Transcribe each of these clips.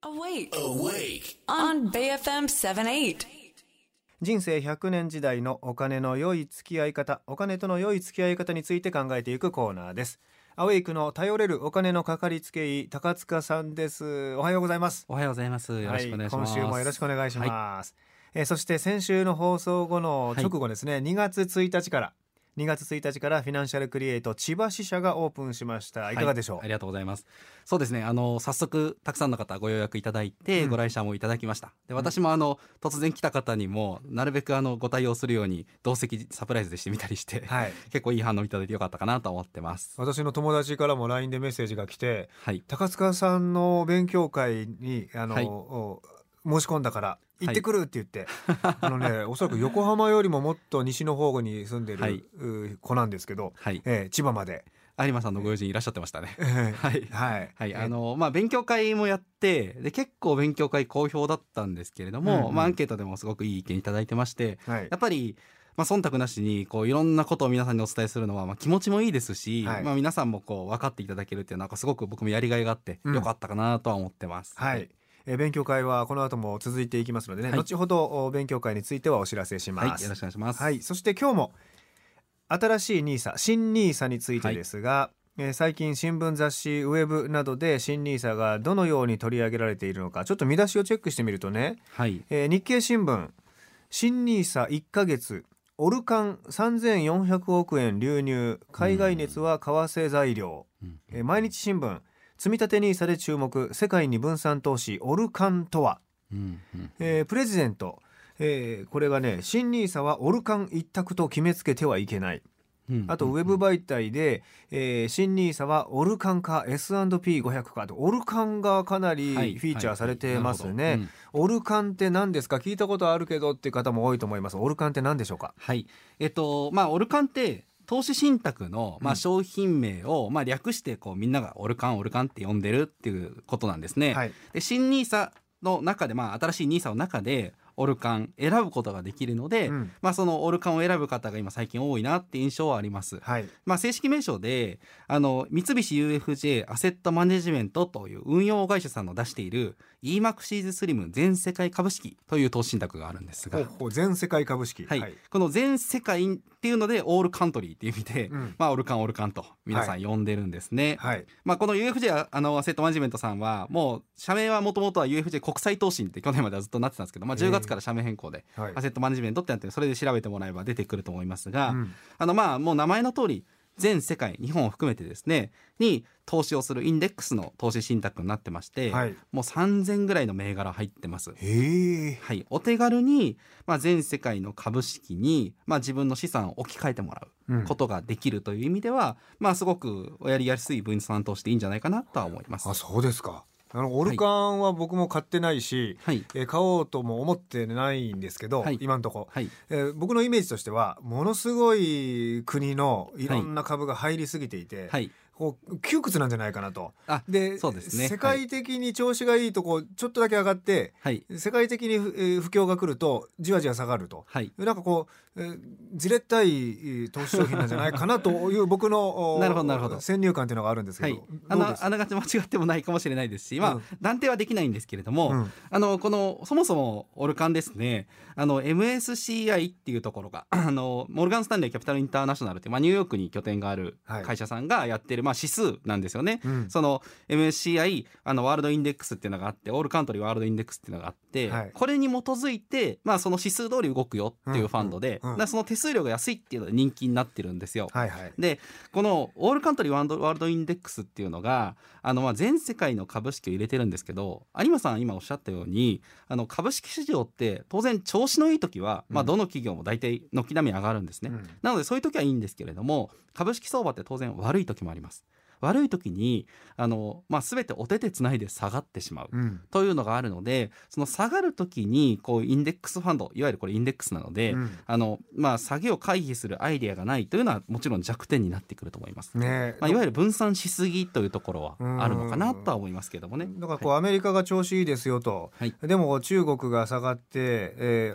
Awake. Awake. On BFM 78. 人生100年時代のお金の良い付き合い方、お金との良い付き合い方について考えていくコーナーです。アウェイクの頼れるお金のかかりつけ医、高塚さんです。おはようございます。 おはようございます。よろしくお願いします。 今週もよろしくお願いします。そして先週の放送後の直後ですね、2月1日からフィナンシャルクリエイト千葉支社がオープンしました。いかがでしょう？ ありがとうございます。そうですね、早速たくさんの方ご予約いただいて、ご来社もいただきました。で、私も突然来た方にもなるべくご対応するように同席サプライズでしてみたりして、結構いい反応いただいてよかったかなと思ってます。 私の友達からも LINE でメッセージが来て、高塚さんの勉強会に申し込んだから行ってくるって言って、おそらく横浜よりももっと西の方に住んでる、子なんですけど、千葉まで有馬さんのご友人いらっしゃってましたね。勉強会もやって、で結構勉強会好評だったんですけれども、アンケートでもすごくいい意見いただいてまして、やっぱり忖度なしにいろんなことを皆さんにお伝えするのは気持ちもいいですし、皆さんも分かっていただけるっていうのはすごく僕もやりがいがあってよかったかなとは思ってます。 勉強会はこの後も続いていきますのでね、後ほど勉強会についてはお知らせします。 よろしくお願いします。 そして今日も新しいNISA、新NISAについてですが、最近新聞雑誌ウェブなどで新NISAがどのように取り上げられているのか、ちょっと見出しをチェックしてみるとね、日経新聞、新NISA1ヶ月オルカン3400億円流入、海外熱は為替材料、毎日新聞、積立 NISA で注目、世界に分散投資オルカンとは、プレジデント、これがね、新NISAはオルカン一択と決めつけてはいけない。あとウェブ媒体で、新NISAはオルカンか S&P500 かと、オルカンがかなりフィーチャーされてますね。オルカンって何ですか？聞いたことあるけどっていう方も多いと思います。オルカンって何でしょうか？ オルカンって投資信託の商品名を略してみんながオルカンって呼んでるっていうことなんですね。で、新NISAの中で新しいNISAの中でオルカン選ぶことができるので、そのオルカンを選ぶ方が今最近多いなって印象はあります。正式名称で三菱 UFJ アセットマネジメントという運用会社さんの出している EMAXIS SLIM 全世界株式という投資信託があるんですが、 全世界株式、 この全世界っていうのでオールカントリーっていう意味で、オルカンと皆さん呼んでるんですね。この UFJ アセットマネジメントさんはもう社名はもともとは UFJ 国際投信って去年まではずっとなってたんですけど、10月から社名変更でアセットマネジメントってなって、それで調べてもらえば出てくると思いますが、もう名前の通り全世界、日本を含めてですねに投資をするインデックスの投資信託になってまして、もう3000ぐらいの銘柄入ってます。お手軽に、全世界の株式に、自分の資産を置き換えてもらうことができるという意味では、すごくやりやすい分散投資でいいんじゃないかなとは思います。 そうですか。オルカンは僕も買ってないし、買おうとも思ってないんですけど、今のところ、僕のイメージとしてはものすごい国のいろんな株が入りすぎていて、窮屈なんじゃないかなと。で、そうですね、世界的に調子がいいとちょっとだけ上がって、世界的に不況が来るとじわじわ下がると、なんかじれったい投資商品なんじゃないかなという僕の先入観というのがあるんですけど、 あながち間違ってもないかもしれないですし、断定はできないんですけれども、そもそもオルカンですね、MSCI っていうところがモルガンスタンレーキャピタルインターナショナルって、ニューヨークに拠点がある会社さんがやってる指数なんですよね。その MSCI ワールドインデックスっていうのがあって、オールカントリーワールドインデックスっていうのがあって、これに基づいて、その指数通り動くよっていうファンドで、その手数料が安いっていうので人気になってるんですよ。で、このオールカントリーワールドインデックスっていうのが全世界の株式を入れてるんですけど、有馬さん今おっしゃったように株式市場って当然調子のいい時は、どの企業も大体軒並み上がるんですね。なのでそういう時はいいんですけれども、株式相場って当然悪い時もあります。悪い時に全てお手手つないで下がってしまうというのがあるので、その下がる時にインデックスファンド、いわゆるこれインデックスなので、下げを回避するアイデアがないというのはもちろん弱点になってくると思います、いわゆる分散しすぎというところはあるのかなとは思いますけどもね。 だからアメリカが調子いいですよと、でも中国が下がって、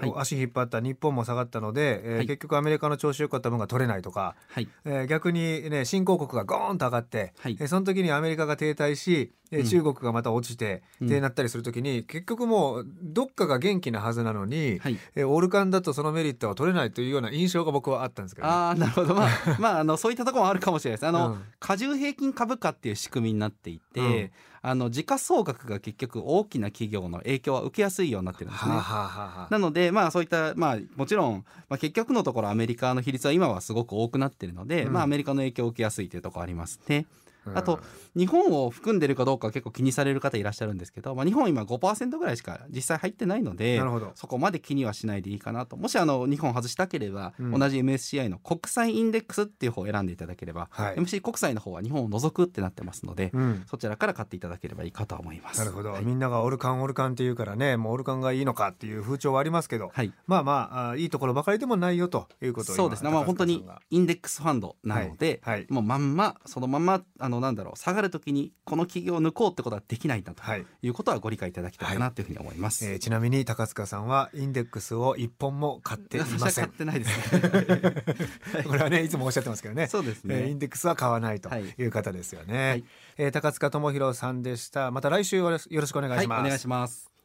足引っ張った日本も下がったので、結局アメリカの調子良かった分が取れないとか、逆に、新興国がゴーンと上がってはいその時にアメリカが停滞し、中国がまた落ちて、ってなったりする時に結局もうどっかが元気なはずなのに、 はいオルカンだとそのメリットは取れないというような印象が僕はあったんですけどね。 なるほど、そういったところもあるかもしれないです。加重平均株価っていう仕組みになっていて、時価総額が結局大きな企業の影響は受けやすいようになってるんですね。なのでそういったもちろん、結局のところアメリカの比率は今はすごく多くなってるので、アメリカの影響を受けやすいというところありますね。あと日本を含んでるかどうか結構気にされる方いらっしゃるんですけど、日本今 5% ぐらいしか実際入ってないので、そこまで気にはしないでいいかなと。もし日本外したければ、同じ MSCI の国際インデックスっていう方を選んでいただければ、MC 国際の方は日本を除くってなってますので、そちらから買っていただければいいかと思います。 なるほど、みんながオルカンっていうからね、もうオルカンがいいのかっていう風潮はありますけど、いいところばかりでもないよということをそうですね。本当にインデックスファンドなので、もうそのまんま下がるときにこの企業を抜こうってことはできないんだということはご理解いただきたいかなというふうに思います。 ちなみに高塚さんはインデックスを一本も買っていません。 買ってないですねこれはねいつもおっしゃってますけどね。 そうですね、 インデックスは買わないという方ですよね。高塚智博さんでした。また来週よろしくお願いします。 お願いします。